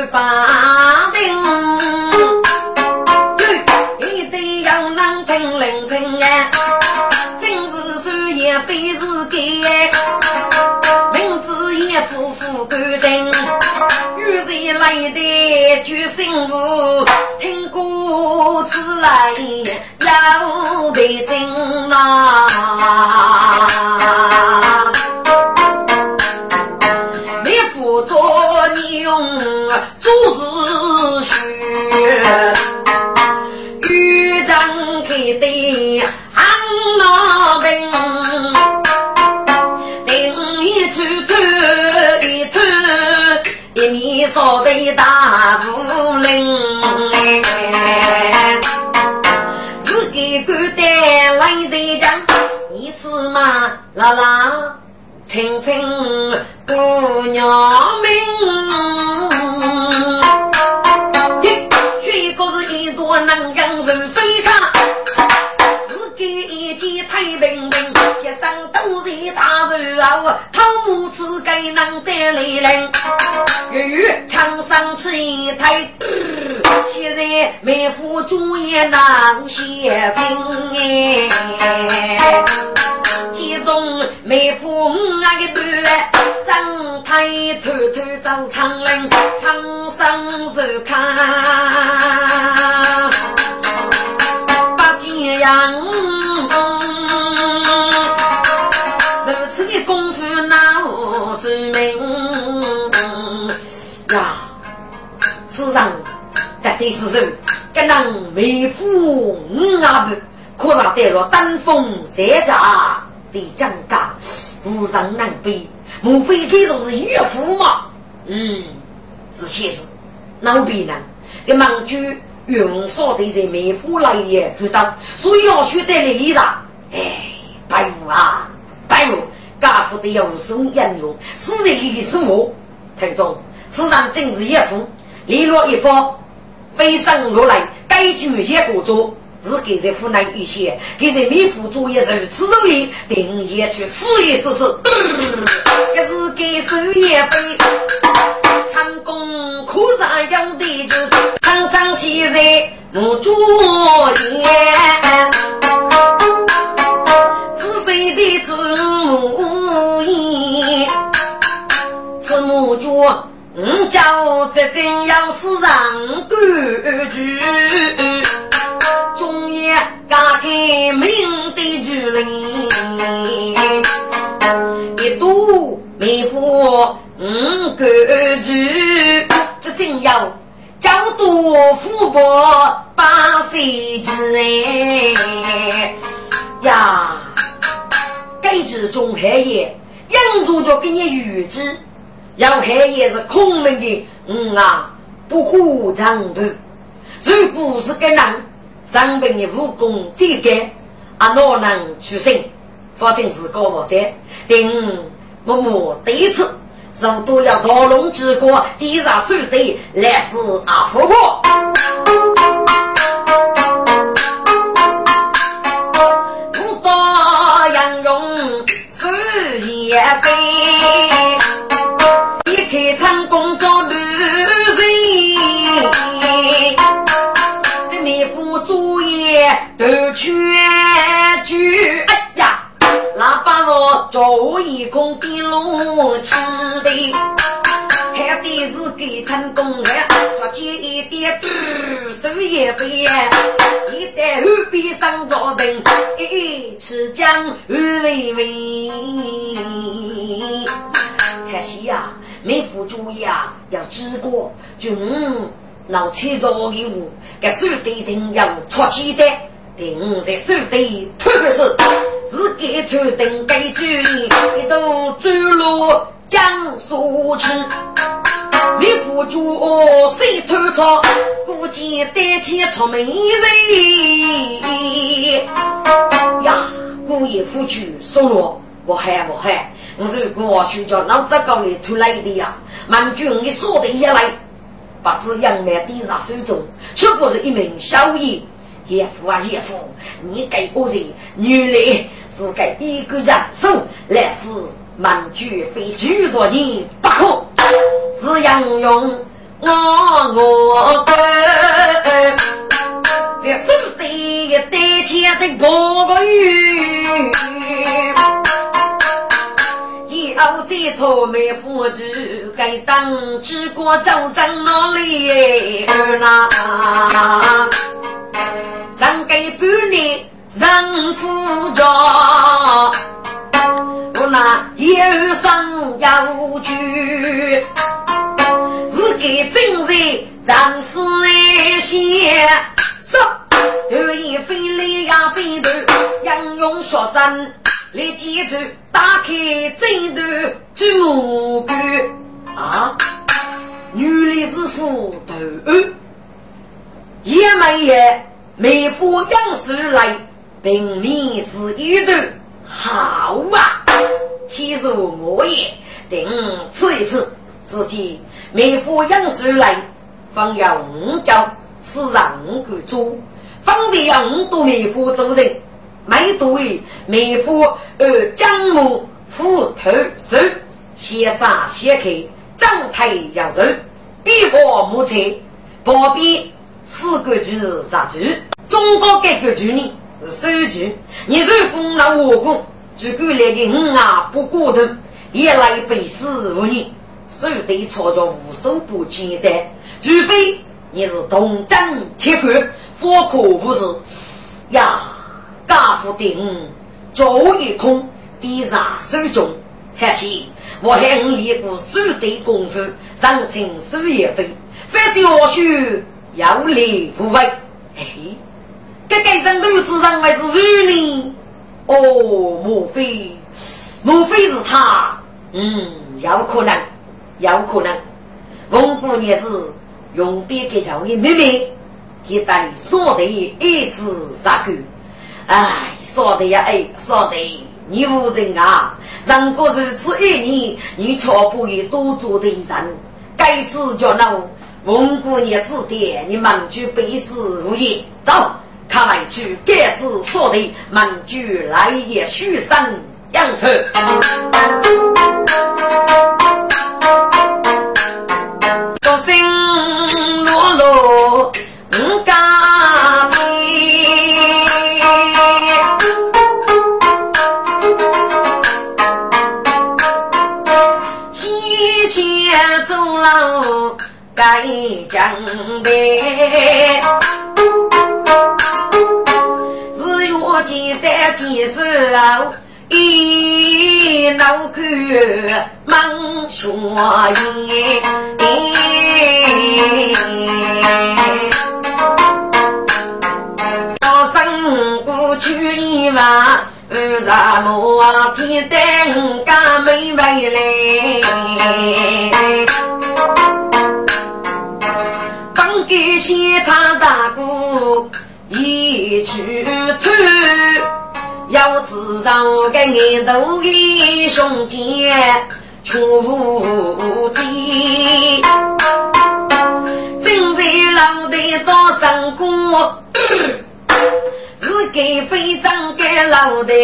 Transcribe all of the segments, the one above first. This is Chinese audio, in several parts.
把定，一对要能听领情呀，今日虽也非是给，名字也夫妇高兴，与谁来的举心无，听故事来要被惊啦。做你用做事学，豫章开的行那病，定一出头一头，一米少的大武林，自己孤单来的讲，你吃嘛啦啦。青青姑娘命，这个是一朵能让人飞他，自己一记太平平，街上都是大手啊，头目只该能得力人，与墙上吃一台，现在没付主也能写信哎。激动没父那个对张太头头张长人长上手看把这样如此的功夫闹是命呀世上的第四首跟人没父啊不可让带了丹凤蛇甲的降价无人难比，莫非这就是岳父吗？是现实老必然的忙剧用说的这梅夫来也知道，所以要学得你上白虎啊白虎家父的有生应用是这个什么听众此上正是岳父利落一方飞上落来该剧结果中是给这湖南一些给这米府作业是此种里定业去事业事事可是给事业费成功苦上有的就常常喜在不作业自非的字母意字母作叫这真要是让规矩中也嘎给命的距离一度没付规矩这真要角度富薄把谁知呀该知中黑夜杨叔就给你预知要黑夜是空门的不护长途如果是跟人上本的武功这个哪能去胜发正是高我者定默默第一次手都要讨龙之国第三世的来自阿佛婆不多杨勇事业飞一开成功做女人是你父主业都全局哎呀喇叭我走一空的路吃呗还得是给成功了做接一点手也飞一代后边上着等吃将微微可惜呀没付主意啊要知过就老车着给我给手得定要出气的定在手得特别是自己出定给注意一都走路江苏吃没付主谁偷错估计得起出门人呀故意付出送我我还我是我学着老早高里出来的呀满军一说的也来把这样的递上手中这不是一名小爷爷父啊爷父你给我人女的是给一个人手来自满军非许多人不可只要用我我的，这手里带钱的婆个鱼，以后这头没夫子，该当治国造战哪里那上给半年人夫着，我那有生有据，是给正人暂时一些说头一飞来呀这头杨勇学生来记住打开这头去目标啊，女的是妇头也没也没夫样式来并你是一对好啊，其实我也等吃一次自己没夫样式来方要五角是让个猪方便要五多没夫做人没对没夫将母夫头手写上写开张太要手比我目前不必四个字杀局中国改革局呢手局你是功劳我功只顾来给不过的也来被事无你手得操作无手不简单除非你是同战铁血佛可不是呀大夫顶周一空地上手中还是我还练过手得功夫上清手也飞反正我需要力无为这个人都知道还是谁呢哦莫非是他有可能蒙古也是用别给教育妹妹给带说的一直杀狗说的呀说的你无人啊让过如此一年你错不给多做的人该次就闹蒙古也指点你们去背诗无业走看来去各自说的满句来也虚山样子多心落落嘎西街走廊该讲呗我记得几时候一脑壳忙说一到上过去一晚什么天灯干没回来帮给西茶大姑一去退要知道给你都一兄弟出击正在老的多辛苦是给非常给老的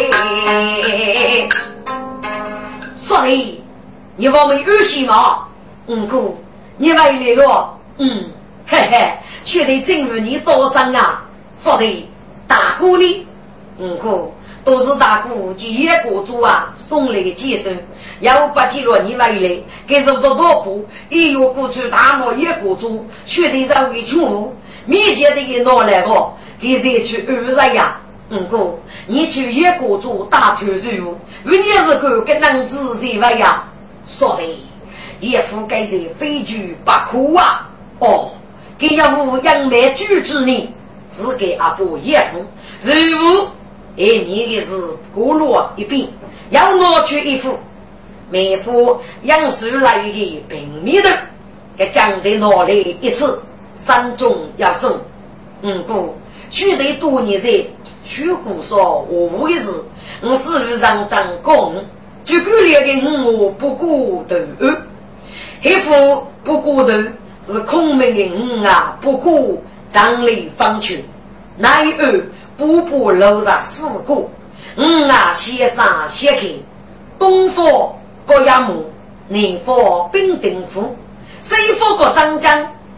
所以你我们有戏吗哥你为来了嘿嘿却得政府你多伤啊说的大姑呢哥都是大姑及野国主啊送来接生要把记录你回来给手的多步一有过去大漠野国主却得让给穷路密切的给拿来我给谁去二十呀哥你去野国主大头水务你也是个跟能自己为呀说的也覆盖谁非拒不可啊给要无养美举之呢只给阿伯叶夫日务你的是过路一边要拿去一副每副样式来的平民的给讲的拿来一次三种要送哥须得多年些虚古说我无一事我是让长工就过来的我不过头黑夫不过头是空明的不过张力方群那一步步楼上四个写上写开东方各衙门南方兵丁府西方各商江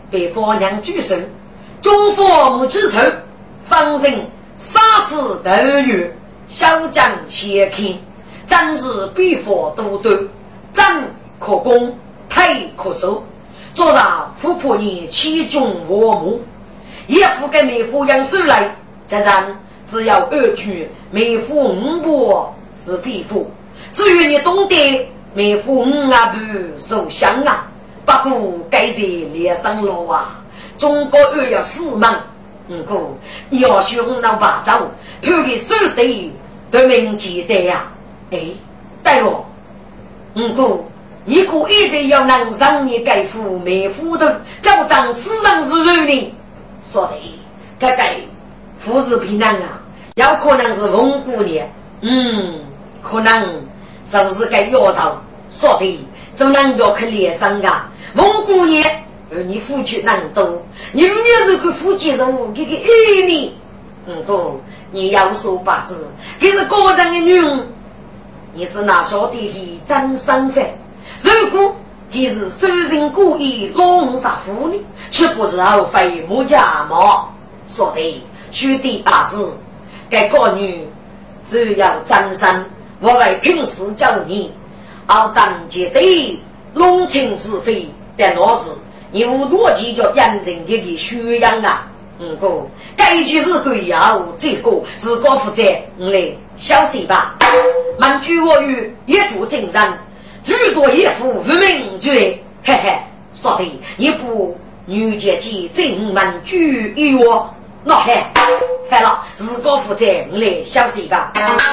被佛娘举手，中佛母指头，方人杀死斗女，小将邪听，真是比佛多多，真可攻，太可守。做上富婆你其中我母，也付给妹夫养手来，这然只要2句，妹夫5波是匹夫。至于你懂得，妹夫5啊不受伤啊，不过该是脸上路啊，中国2要4万，过你要学5脑把走，票给手对对名记得呀，哎，对了，过。一个一定要能让你改夫妹夫的教长世上是肉的，说的该改夫子平安啊，有可能是蒙古的，可能就是该摇头说的，怎能叫可脸上啊？蒙古人你夫妻难多，你们是个夫妻人给你，不，你要说八字，给是个人的女人，你只拿小弟弟真身份。如果他是受人故意弄杀妇女，却不是后悔母家吗？说的须第8字，该个女只要真身，我来平时教你，熬当节对弄清是非的老师，你无逻辑叫养人的个修养啊。不，该就是贵要这个是个负责来消息吧。满句我语也主精神。最多一副无名罪，嘿嘿，说的一部女姐姐正门举一窝，那嘿了，自个负责来消息吧。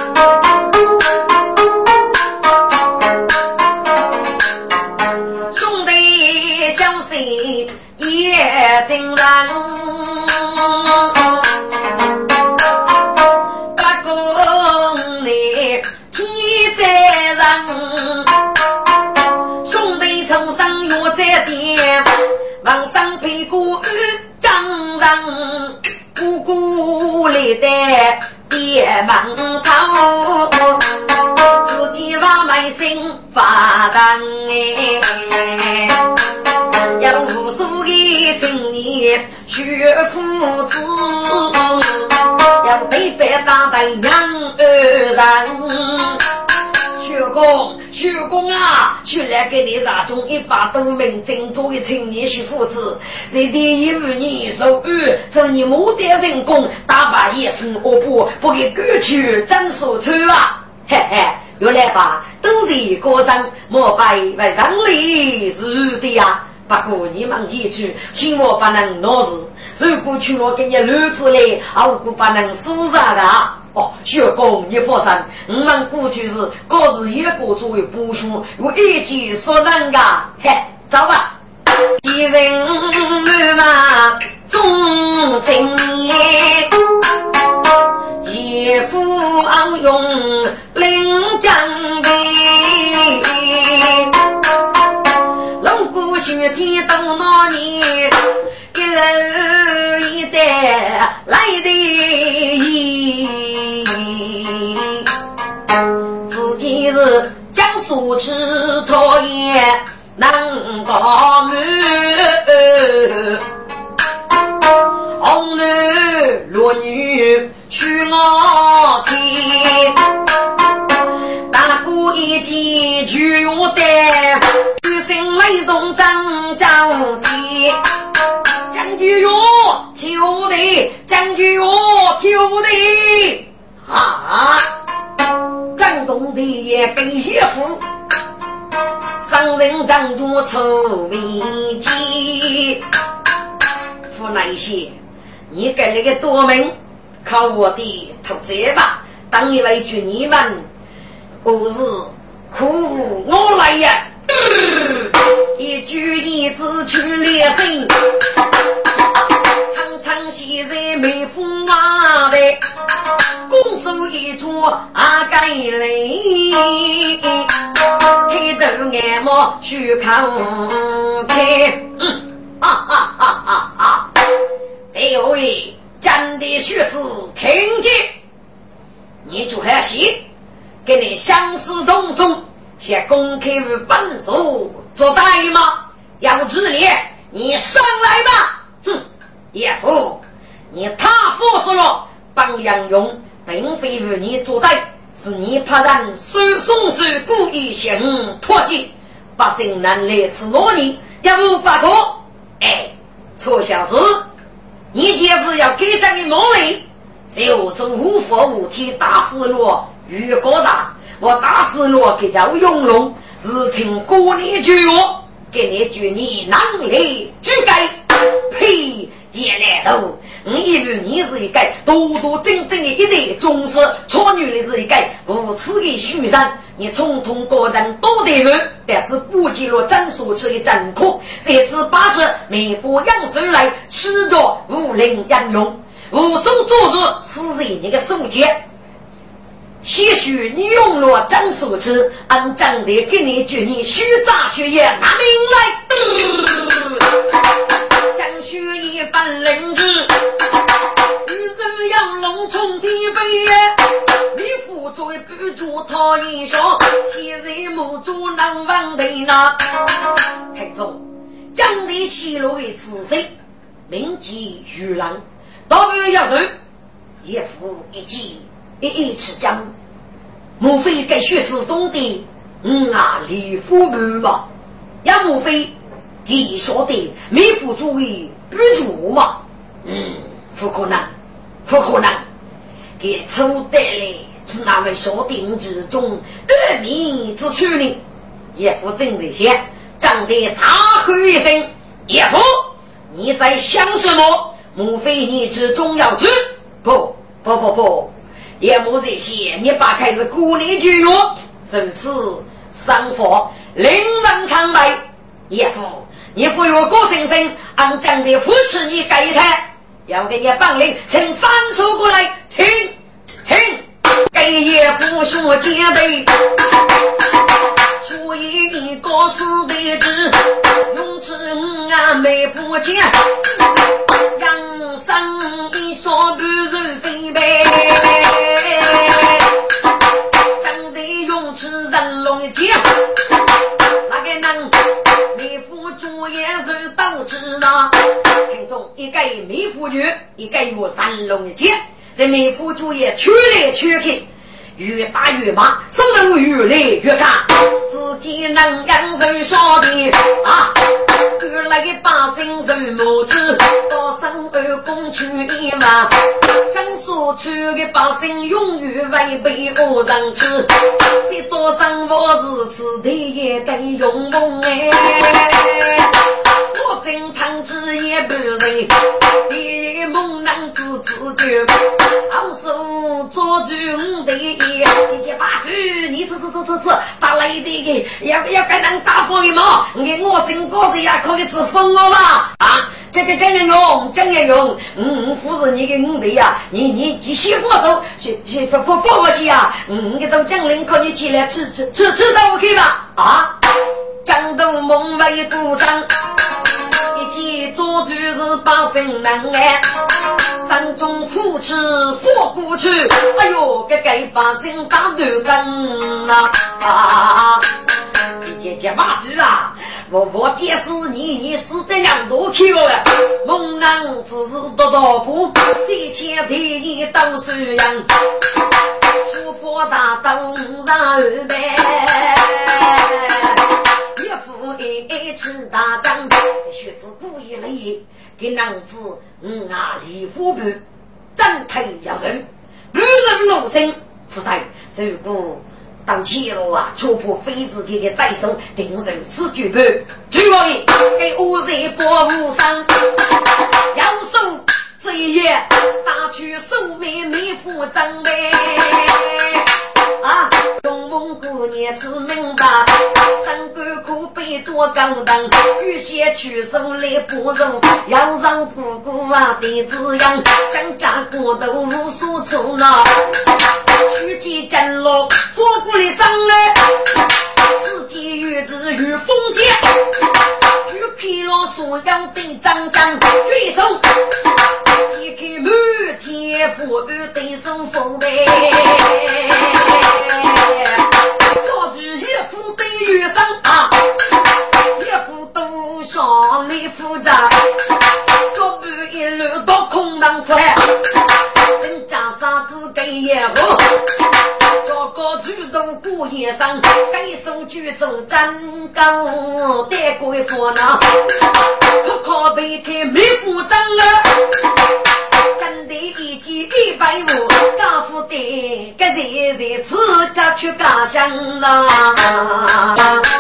兄弟消息也正然，八公里天在人。往上屁股张人，姑姑来的爹忙头，自己把买心发单哎，要无数的青年学父子，要背背大带养儿人。徐公啊，去来给你杀中一把都名正宗的青年徐父子，谁第一与你手语，这你没得人工，大把一分我不给过去真手出啊！嘿嘿，原来吧，都是歌声，莫拜为上礼是的呀。不过你们一句，请我不能闹事，如果去我给你儿子嘞，我不能输上的。哦，学公你放心，我们过去是各自一个作为部署，我一举所能啊！嘿，走吧。一人嘛重情年，一夫傲勇领战备，龙骨血体到那年，一人一代来的。自己是江苏吃头也能高门，红女弱女许我听，大姑一记就用的举心雷动张张提，将军哟求的将军哟求的啊！张东的也跟岳父商人张着臭味鸡，父那些你给那个多门靠我的投资吧，当你来句你们不是苦我来呀，一句一字去列声，常常喜在没风啊的拱手一桌该雷，开头眼毛去看开，对位真的学子听见，你就还行，跟你相思同中，写公开于本书做代吗？要知列你上来吧！哼，叶父，你太for死了！帮杨勇并非与你作对，是你怕人送手故意行脱节，百姓难来吃罗你，也无法可。哎，臭小子，你既是要给这个魔力，就做无法无天大死路与国上，我大死路给叫永隆，是请过你去我。给你句你能力之该呸也来头，我以为你是一个多多真正的一代宗师，错女的是一个无耻的虚山，你从通个人多的人，但是不记录真所吃的真苦，这次把持每副样式来吃着无灵养龙，无手做事是人那个手节。些许你用了张手吃，按长的给你举你虚炸血液拿命来，将血液半灵芝，女生养龙冲天飞耶，你父作为不住他一手，昔日母猪难忘的那听众将的西路的仔细铭记玉郎到不要人也服一记一尺将，莫非该学子懂得李夫母嘛？也莫非你说的没夫作为不主嘛？不可能，不可能！给抽得嘞，是那位说定之中恶迷之处呢？叶夫正这些，长得大喝一声：“叶夫，你在想什么？莫非你之中要知？不。也莫这些，你把开始鼓励去哟，如此生活令人苍白。叶夫，你扶我郭先生，按讲的扶持你改他，要给你帮领，请翻手过来，请给叶夫说接的，所以你告诉的知，用之俺没福见，养生一说不是非呗。长得用吃人龙节，那个人没付主也是导致的。听众一个没付主，一个有三龙节，这没付主也去来去去，越打越骂，手头越来越干，自己能养人少的啊。越来的百姓人母子到生二公去一嘛，将所去的百姓永远违背我人吃，这多生我日子的也该用梦哎，我真堂之也不人的梦能自觉，好手做军的姐姐把句你打来的要该能打风吗？给我真个子呀可以吃风了嘛啊！这张元勇，扶着你给的呀，你媳妇手是放我去啊，给到江陵可你起来吃到我去吧啊！江东梦为不上，一起做就是把生难哎，山中扶持佛过去，哎呦，给把生打断根啊！姐妈子啊，我解释你死得两多去了，猛男只是多苦，这前提你都是样，出佛大东上呗，一副一吃大仗，学子故意来给男子李夫部真挺要人，不人怒声不太如果当起了啊，戳破妃子给带手定手此举步，举我给乌贼波无上，要手这一夜打去手没负责呗啊！东蒙古年子明白，三个苦悲多高档，欲些取手来不容，要让姑姑啊的滋养，将家国都无所处呢。虚极战落，佛骨里上来，自己与之与封建，举披罗所要的张张举手，揭开满天佛与对手风呗，做举一副对于上啊，一副都上来负责， 夜上该手举中真高带过佛呢不可被开没负责真的一记150高富的个人自个去家乡啦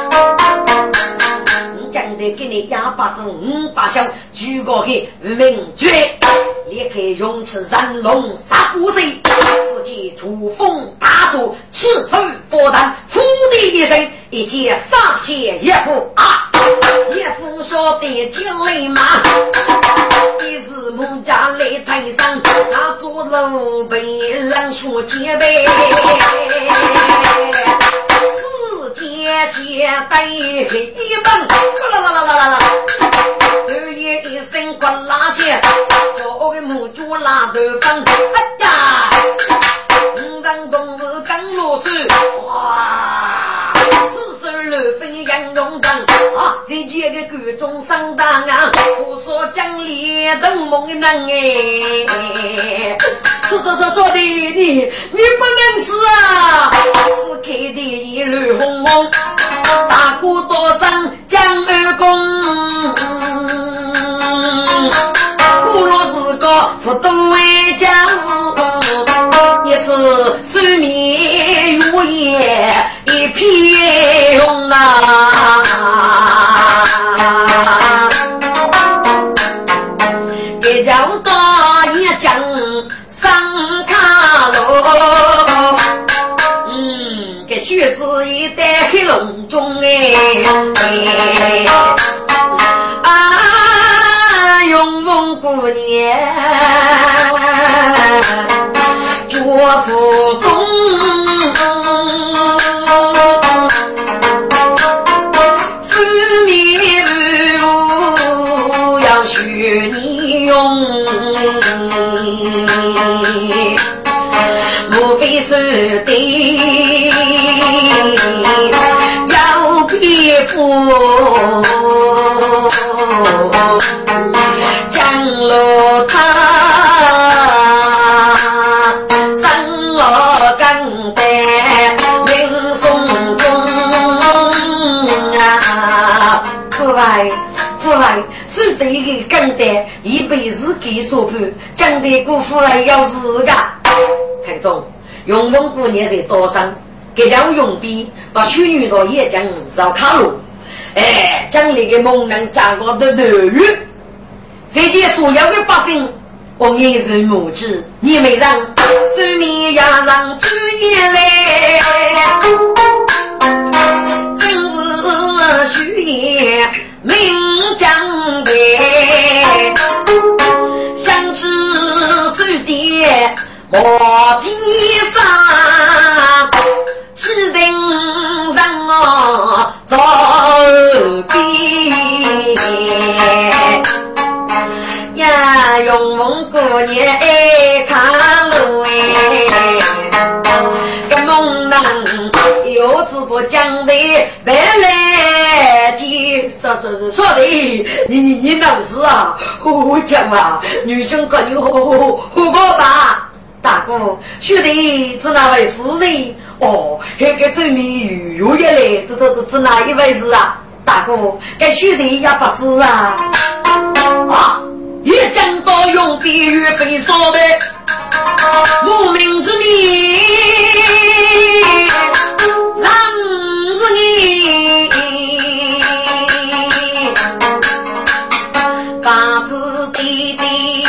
讲的给你哑巴中5把箱举过去明确裂开勇气燃龙杀不死自己出风打坐赤手佛胆伏地一声一接上血岳父啊岳父说的金雷马一日母家擂台上他做楼被冷血结背世界写带一本啦二爷一声关拉线我给母猪拉的风哎呀让冬日刚落水哇是手了飞扬荣章啊这几个举中上当啊我说奖励等梦人哎说的你不能死啊是开的一缕红梦大鼓多上将二公古罗是个不懂为家一次水面如夜一片红啊给让大一讲上卡罗给血子一带黑龙中永梦姑娘做父公思密路要学你用莫非是的要皮肤降落他上了钢带明松中啊父爱是得一个钢带一辈子给所判将的姑父爱要死个看中永丰姑娘在多上给将用笔到虚女的也将找卡路将那个猛人炸过的德语这些所有的百姓我也是母子你没让是你呀让主业嘞政治虚言明讲的相知水滴我地上是定让我走比呀永梦姑娘看路跟梦男有直播讲的白来记说的你老师啊我讲啊女生肯定好过吧大哥学的是哪位师呢那个水米有也嘞这哪一位是啊大哥该学的也不知啊也讲到用比喻非说的无名之谜让子你八字弟弟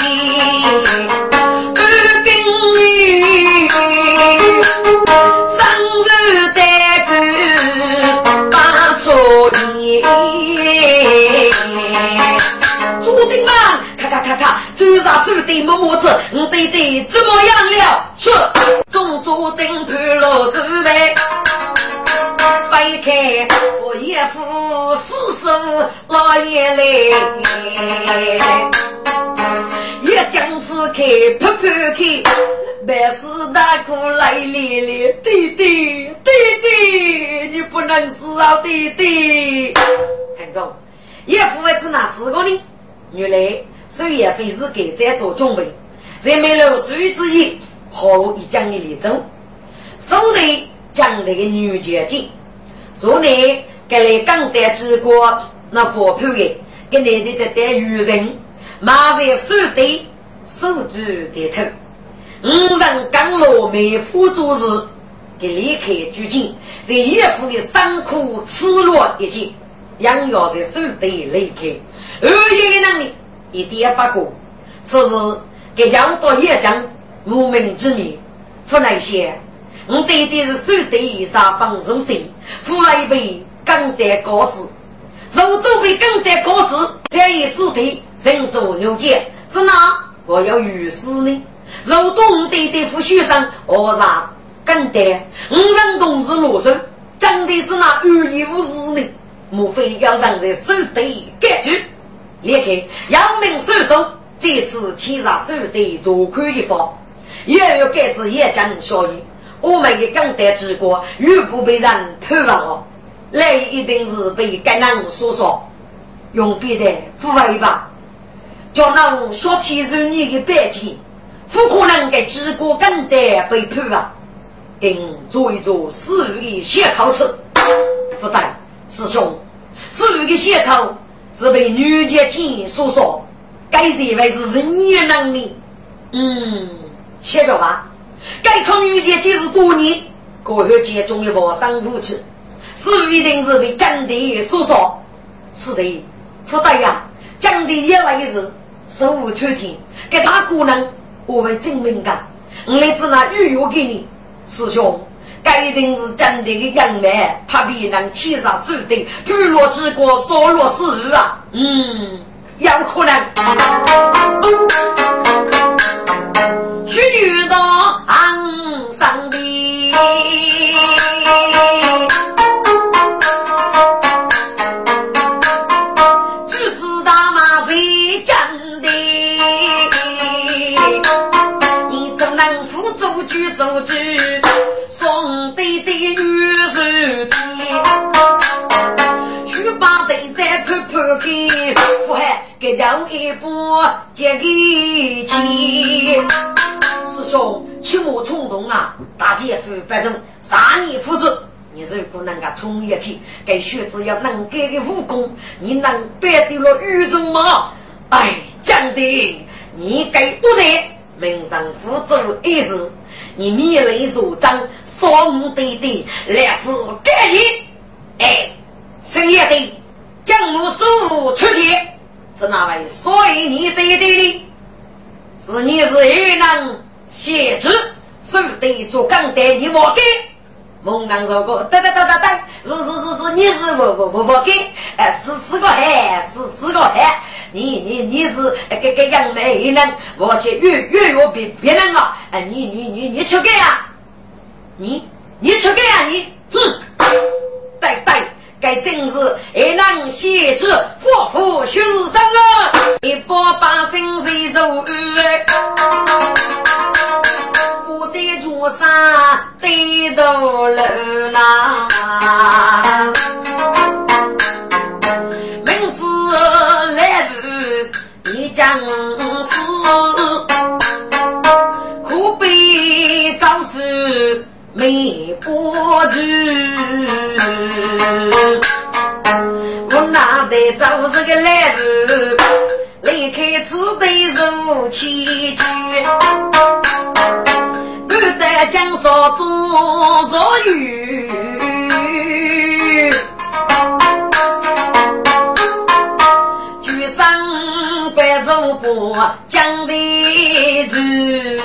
二根女生日的歌八作业注定了咔最杀手的默默子对怎么样了是中注定判了是呗掰开我岳父四手老爷嘞也将子开扑开白事大哭来咧咧弟弟你不能死啊弟弟看中岳父为此哪4个呢原来所以也非是给在做准备在没有水之一后一将一里走手的将那个女姐姐，所以给你刚得之国那佛头的，给你的女人，马在手的手指的头，人刚落梅辅助时，给离开拘禁，在岳父的伤苦赤裸一截，养要在手的离开，而也能力一点不过，此时给讲到也讲无名之名，不那些。我对的是手对沙方入心，富来一杯刚得高士，肉周被刚得高士，这一尸体人走牛街，只拿我要与死呢。肉东对的副学生，我啥刚得，人东是罗生，讲的只拿语言无事呢，莫非要让这手对改局？裂开阳明手手，这次欺杀手对做亏一方，也有改子也讲效益。我们的刚得之国越不被人偷忘了，那一定是被该人所说用别的腐败吧，叫那说提升你的背景，不可能给之国刚得被偷忘，应做一做私语的写考试。不对，师兄，私语的写考是被女界经所说，该认为是人也能力。写着吧。该考女界即是多年，各学界中一波三夫妻，是一定是被江帝所说。是的，不对呀，江帝也来日手无缺天，给他姑娘我为证明的，我来自那预约给你，师兄，该一定是江帝的杨梅，怕别人欺杀手定，部落之国所落死啊。有可能。许女的昂上的只知道嘛谁真的你怎能辅助去走去送对的女士的许把对的婆婆给不还给讲一波接给起师兄切莫冲动啊，大姐夫反正杀你夫子，你是不能够冲一去，给学子要能给的武功，你能别丢了宇宙吗？哎，讲的你给不对，名上辅助一时，你灭雷手掌双目对对两字给你，哎，深夜的将木书出铁，这哪位所以你对对的，是你是一能写字手得做钢带你莫给蒙南说过对，是你是我给四个海四个海你是给杨梅人我写越有比别人啊你去给啊你去给啊你对该正是一能写字佛父学生啊一波把心谁手不得住上得到了啦名字来不你将是苦悲高士没波局我哪得找这个来不离开只得入崎岖不得将所做雨举上白走不将的子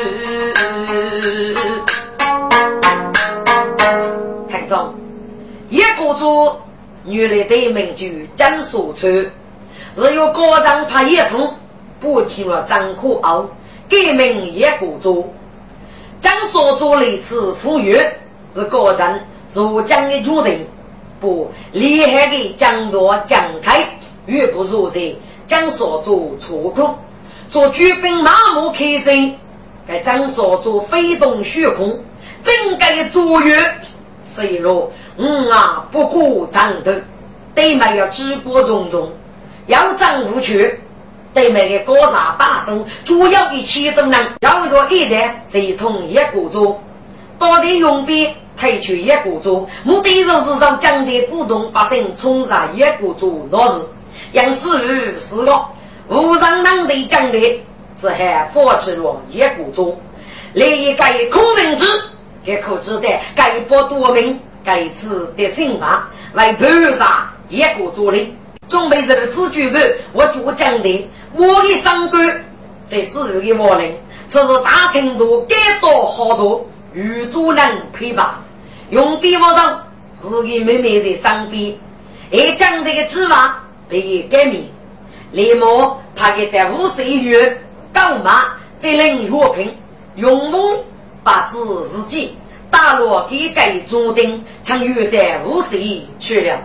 看中一个主女人的名句将所出只有高张怕叶夫不听了张苦熬改名也古主将所做类似富裕是高张所将的决定不厉害的将多将开越不如这将所做出口做举兵麻木开征该将所做飞动虚空真该作业谁若不顾长头对面要直播种种要丈夫去对面的高傻大声主要一起都能要一个一点这一通也鼓足到底用笔推出一股族，目的就是让江的股东百姓冲上一股族落实，杨思雨是个无上党的江的，只还发起了一股族，利益该空人之，给口知的该波多名，该次的刑法为菩萨一股族的，准备这个自举部，我主江的，我的三个，这是有个我人，这是大庭度该多好多。与主人陪伴，用笔墨上自己妹妹在上边，而将这个指法被改名，立马他给在50元高码这人药品，用梦把自己打落给改注定，曾约的50去了。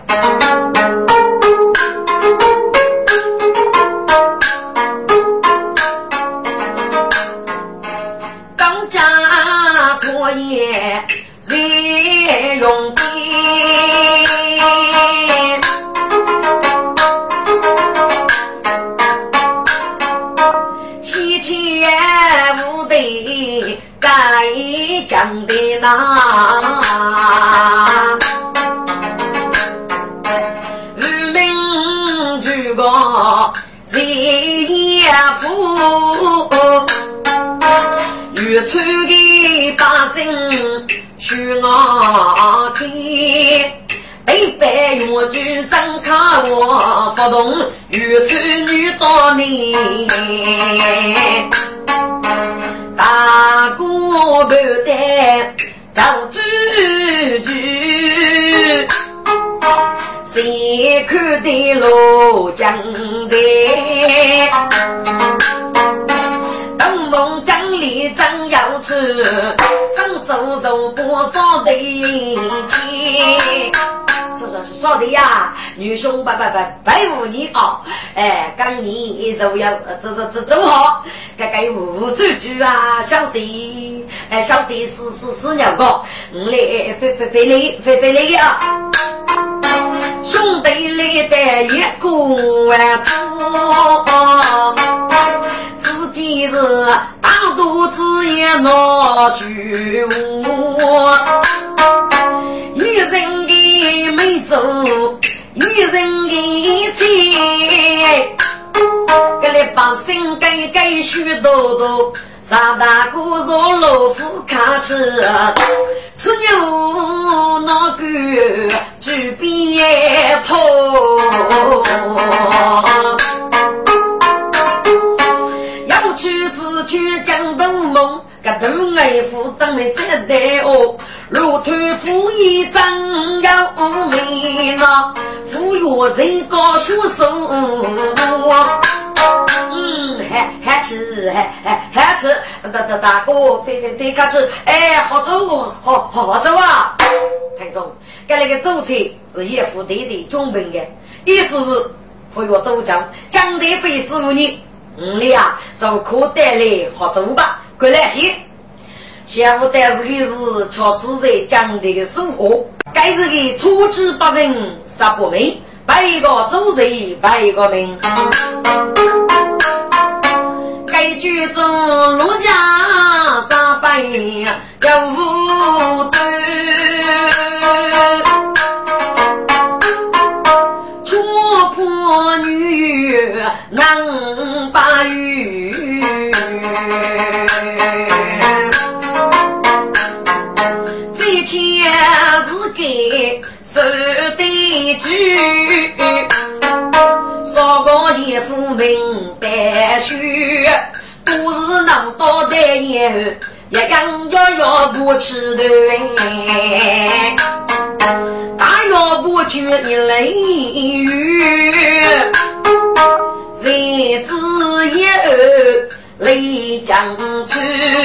我也最用的西前无得该讲的那名举个谁也服越出的百姓需我听，北北我举张卡我发动越出女多年，大姑不得找知知，谁看的路讲的。江里真要吃，上手手不少的钱。是说的呀，女兄拜服你哦，跟你手要走好，该50句啊，小弟是鸟个，来飞来啊，兄弟来的一股自己是大肚子也拿去我，一人的没走，一人的钱，给你把心给许多三大姑说老夫卡吃，吃牛那个举鞭炮。去江东梦，个头爱夫当没这代哦，路途富一张要美呢，富有这个学手，还吃，大哥飞卡吃，好走，好走啊！听众，该那个走车是叶夫弟弟中本的，意思是富有都讲江得被15年。你呀，受苦带来好走吧，快来些。下午带这个是超市在讲的生活，该这个初知八人杀不美，摆一个周人摆一个名。该剧中陆家三百有无对。破女难把语，这钱是给手的句，说过的父明白须，都是那么多的人，也刚要不吃的。大要不觉你雷雨，谁知也雷将去，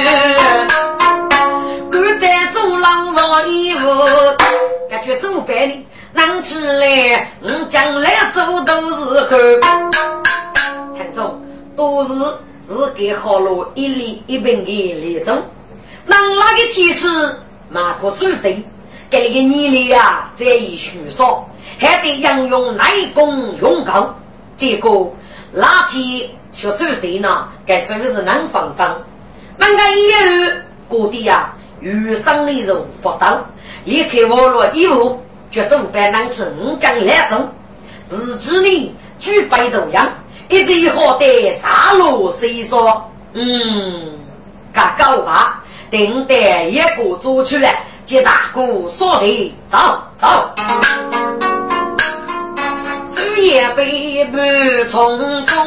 古代中郎王衣服感觉走白呢，难起来将来走都是看看走都是给好了一粒一本的列走，那个提示马可水的给个你里啊，这一许说还得应用内功用高，结果垃圾学手的呢，该是不是难防防？那个也有各地啊，遇上那种佛道， 离开我落以后就走百南城将来走日之里举白头羊一直好的杀戮谁说嘎高吧等待一个做出来接大姑说的走走树叶被不匆匆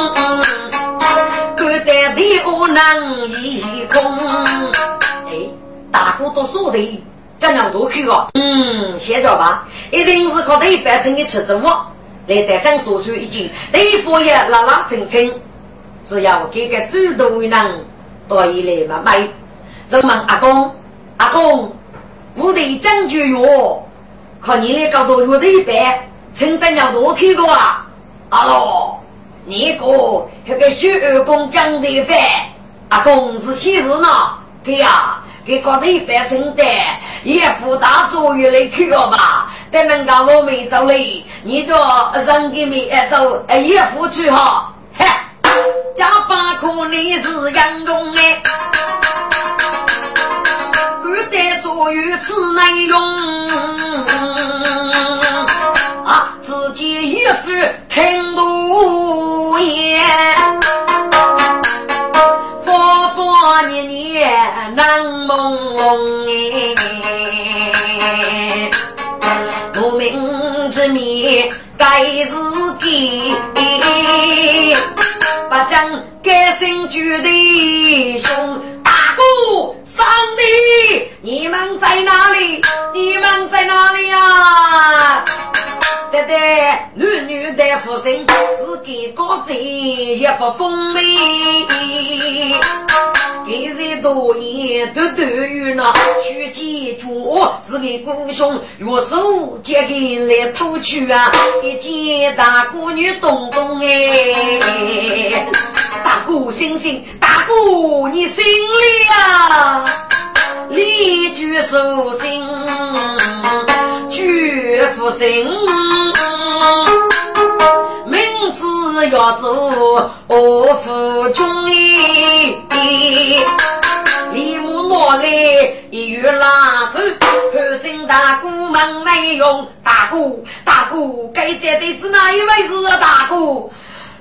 孤单的无能一空大姑都说的这样多去哦写着吧一定是靠对白成的吃着我来带张说出一句对佛爷拉拉清清只要给个数都为能多一类嘛买人们阿公我的将军哟看你来搞到我的一百承担了多去过啊阿罗你个那个徐二公讲的饭阿公是喜事呢给呀给搞到一百承担也负大作业来去了吧但能够我没走嘞你就让给me走也付去哈嘿加把苦你是杨公哎不得做于此内容啊自己也是听路也佛佛年年难朦胧无名之谜该自己把将该生居的兄大姑上帝你们在哪里啊对对女的父亲自己高贼也不风美给人多言都于那须记住自己姑兄用手借给来偷去啊一见大姑女动动大姑醒醒大姑你醒了啊立举手心举父心名字要走我府中李母落来一语拉手后生大姑忙内容大姑该带的是哪一位是啊大姑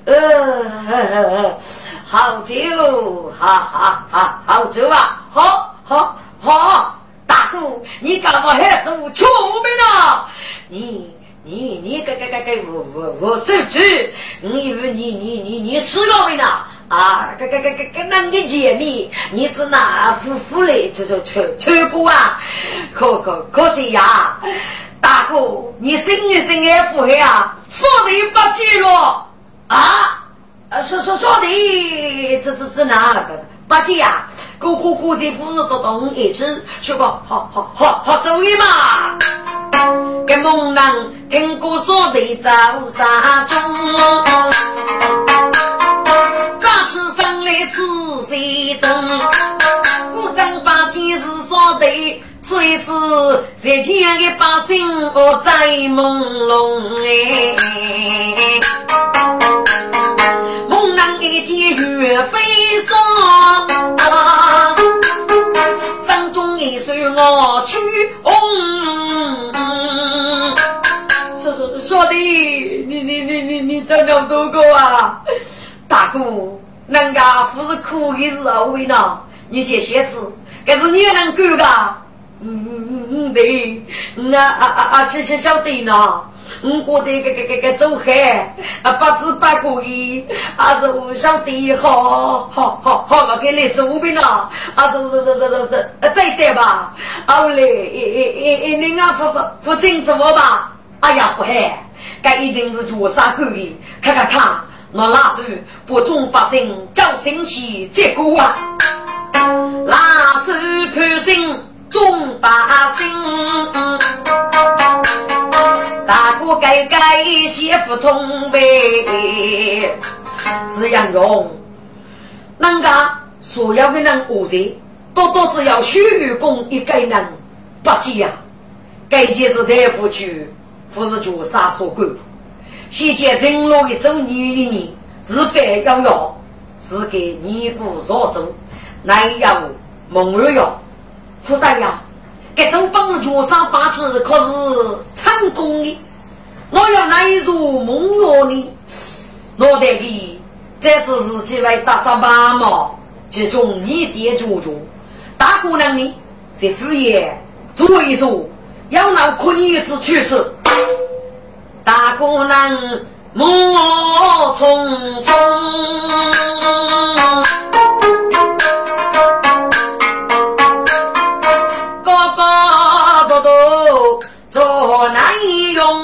好酒好酒啊好大姑你干嘛还走出门呢你我手指你死了没呢啊跟那个姐妹你只拿夫嘞就吹过啊可惜呀大姑你生女生也腹黑啊说的不记了啊说的这哪不记呀估计不是都懂一次说吧好走一嘛跟梦郎听过说的早沙中早吃上来吃谁懂古张把今日说的吃一次谁见的把心我在朦胧梦郎一见岳飞说山中一水我去说的你真了多个啊大姑人家不是苦的是后悔呢你写写字可是你也能够的对是晓得呢我的个走海八字八个亿是我晓得好了给你走边了再带吧好嘞你父亲怎么吧哎呀不海该一定是做啥个的看那拉手不中百姓叫生气这个啊拉手百姓中百姓大姑该写不通呗这样用那个所有的人无罪都只要虚与公一个人不记呀该件事大夫去不是就杀所过细节正路的周年是非要有是给你股所中乃要蒙日哟副大呀这种本事脚上八字可是成功的，我要那一入梦药呢，我得给这只是几位大沙巴嘛，其中一点注重，大姑娘呢是副业做一做，要拿可你子去吃，大姑娘莫匆匆。做难用，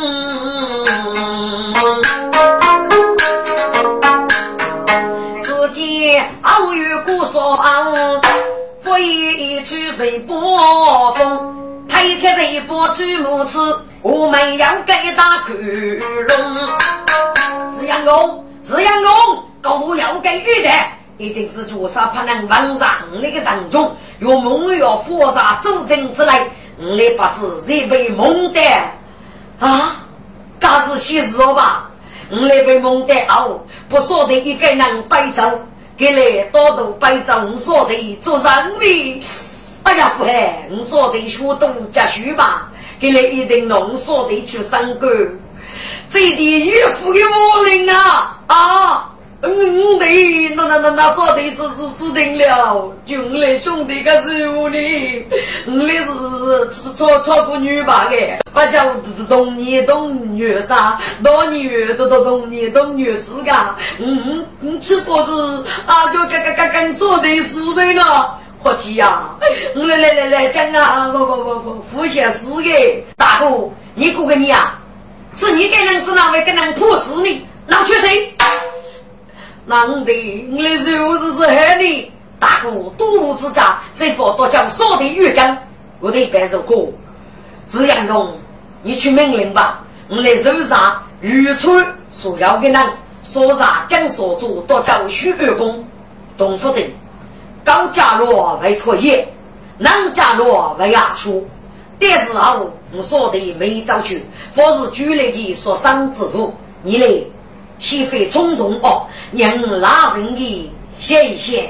自己傲于孤爽，非一去谁波风，推开这一波举目子，我们要给打窟窿。是杨公，狗要给予的。一定是做啥不能往上那个人中，有梦有佛啥周正之类，你把自己被蒙的啊，这是喜事吧？你被蒙的哦，不说的一个人摆走，给你多多摆走，你说的做人民。哎呀，父孩，你说的学都加许吧，给你一定弄说的去上歌，这的岳父的魔灵啊啊！对，那说的是定了，就我兄弟个是我的，我是错过女吧的，我叫懂女啥，懂女都懂女懂女是个，只不过是啊，就刚说的是呗呢，伙计呀，来讲啊，不，复写诗的，大哥，你估个你啊，是你给人知道会跟人破事呢，那去谁？难得我的肉是害你大哥独路之家，谁否多将说的越讲我的白手过这样用你去命令吧，我的手上预出所要的人说啥将所做多叫许二公懂不的高家落为唾液，南家落为牙书，这时候我说的没招去，或是举例的所伤之物，你嘞西非冲动哦，让拉人的写一写。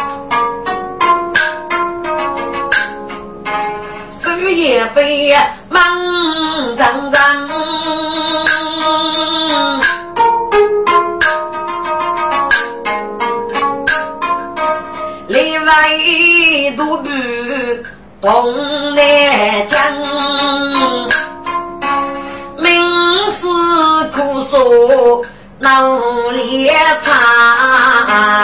树叶飞忙张张，里外独步东来江，明是苦说闹烈茶，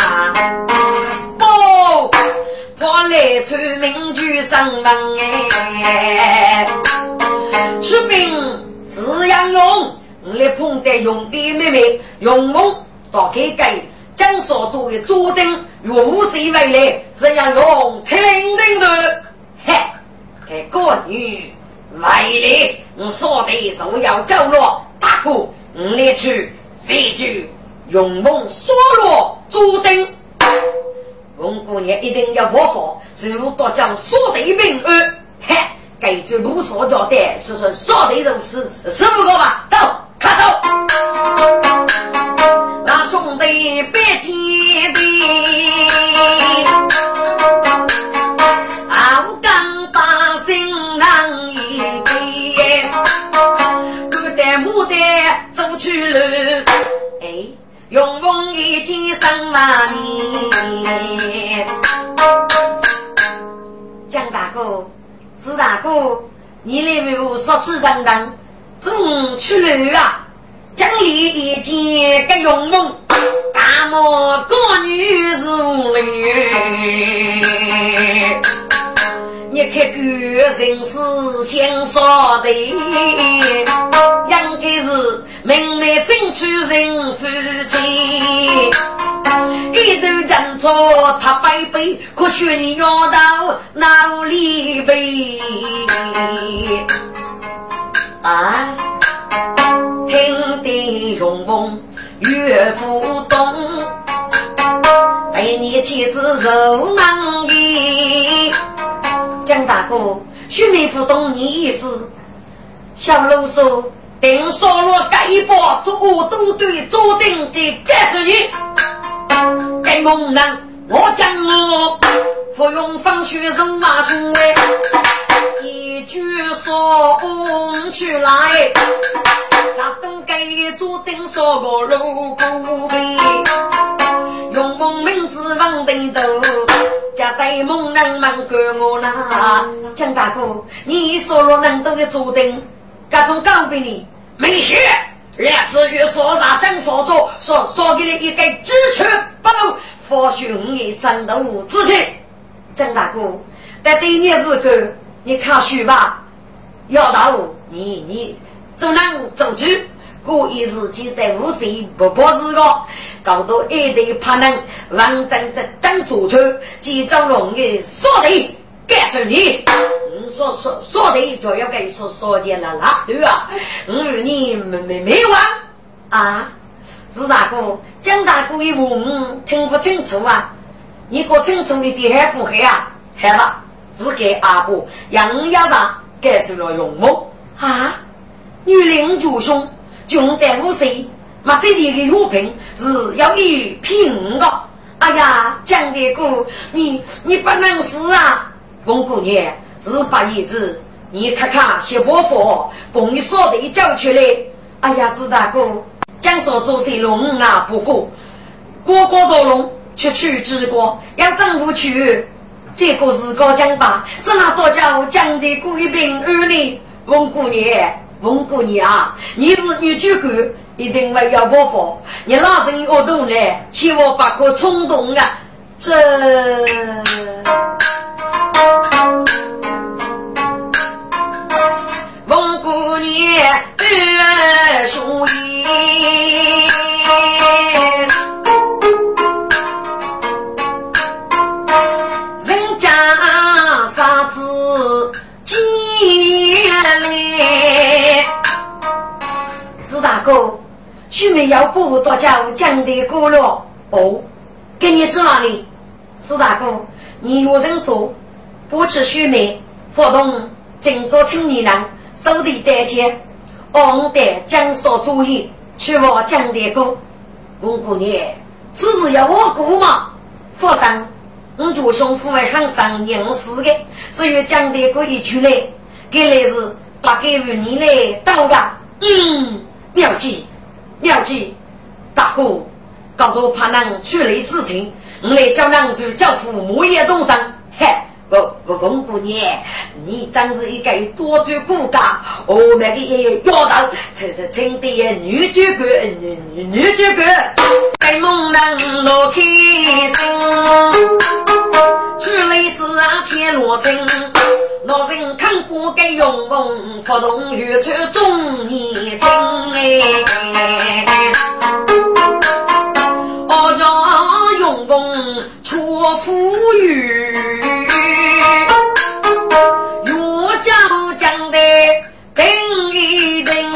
破来出名居上门哎，士兵是杨勇，你碰得勇比妹妹勇猛到给给将所做的注定若无谁为来，是杨勇清定的嘿，给个女为来说的手要交落大哥你去这句勇猛说落注定翁姑娘一定要破佛如多将说的命嘿该就如所交代是说的就是15个吧，走看走那兄弟别急的傲刚把心难一杯不得不得走去了哎用功已经3万年江大哥石大哥你来为我说吃当当总去了啊江里已经个勇猛大漠个女如来你看个人是先说的应该是明媒正娶人夫妻一头人错他白背可许你要到哪里背啊听得勇猛岳父懂被你妻子肉忙的江大哥许妹夫懂你意思小楼说等说了改波做都对注定这该是你该猛男我将我不用放学扔马书一举手去来，他都给注定说个路古碑，用梦名字往顶头，家带梦人们给我拿。江大哥，你说了能都给注定，各种告给你没事。两次与所啥正所做，说给你一个知趣不露，或许你生的无志气。江大哥，在第一年日个，你看书吧，要到你走能走去，故意自己在无锡不破事个，搞到一堆怕能王正在张所去，几周容易说的该是你。说的就要给说见了啦，对吧？与你没完啊！是大哥，江大哥一问听不清楚啊！你给我清楚一点还符合啊？好吧，只给阿伯杨家上该是了用梦啊！女领主兄穷得无谁，嘛这里的用品是要一品的。哎呀，江大哥，你不能死啊！翁姑娘。是把椅子，你看看谢伯父帮你说的一叫出来。哎呀，是大哥，江所做些龙啊，不过过多龙去之国，要政府去，这个是高江吧？这那多叫江的故意病儿呢？翁姑娘啊，你是女主角，一定会要伯父，你拉人我动来，希望把可冲动啊，这。翁姑娘二叔爷，人家啥子接来？四大哥，须眉要不多叫讲的过了哦，给你指哪里？四大哥，你有人说不吃须眉，活动整做青年人。手里带钱，昂的江所注意，去我江的哥，翁姑娘，此事要我过吗？佛上，我就兄父为很上应死的，至于江的哥一出来，给来是把给予你来到的，了解，大哥，搞到怕能去来事情，我来叫人手叫父母也动上，嘿。翁姑娘，你真是一个多嘴骨架，我们的要到称的女主角，给梦人落开心，去类似啊切罗针，老人看过给用梦，发动越出中年情我叫用功出富裕。定一定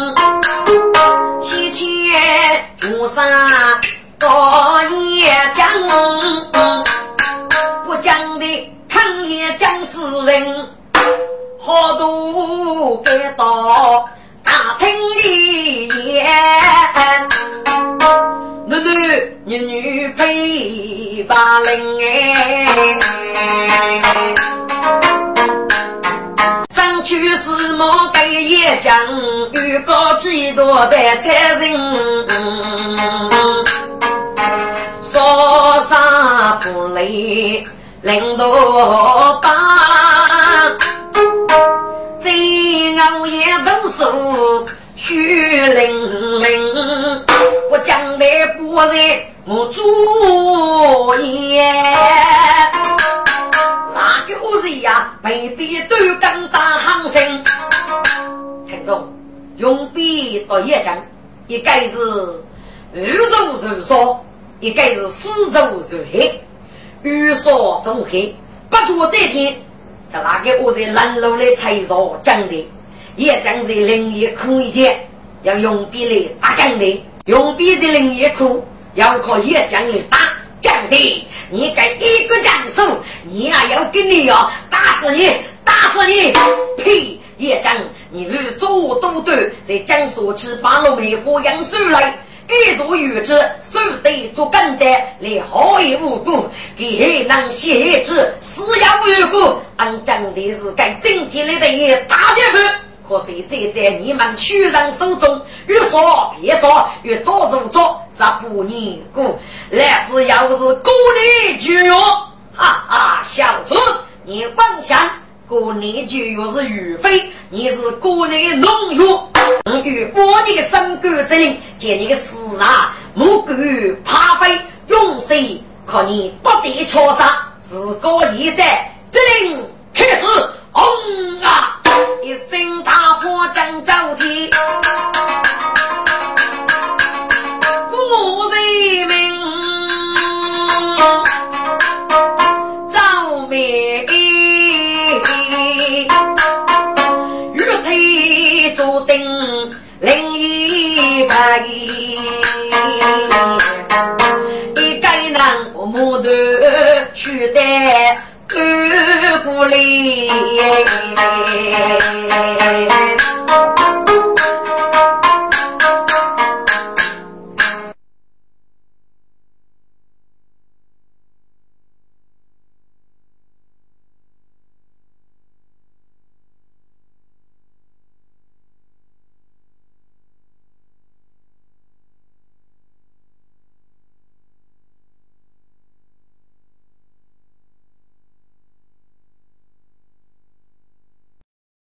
西切朱砂多也讲不讲的看也讲世人好多给到大厅里言女陪把人上去是莫给也讲预告几多的财人说啥福利领导把这熬夜动手虚灵灵我讲的不是我作业哪个是呀被逼对更大行情听众用笔到一讲一概是宇宙是说一概是四周是黑宇说中黑不做对天他哪个我是烂路的才说讲的也讲是另一苦一件要用笔来打讲的用笔的另一苦要靠也讲的打讲的你该一个讲手你也要跟你哦打死你呸也讲你日做都对在江所吃八路梅佛杨树来一如与之手得做干的来好也无辜给黑人写之死也无辜俺讲的是该顶起来的也大家伙，可是这在你们屈人手中，越说别说，越做就做，啥不你故来自要是孤立就用，哈哈，小子，你妄想孤立就用是余非，你是孤立的农药，与过你的三个之令，见你的死啊，木狗怕飞用谁？可你不得错杀，是个一代之令开始，轰啊！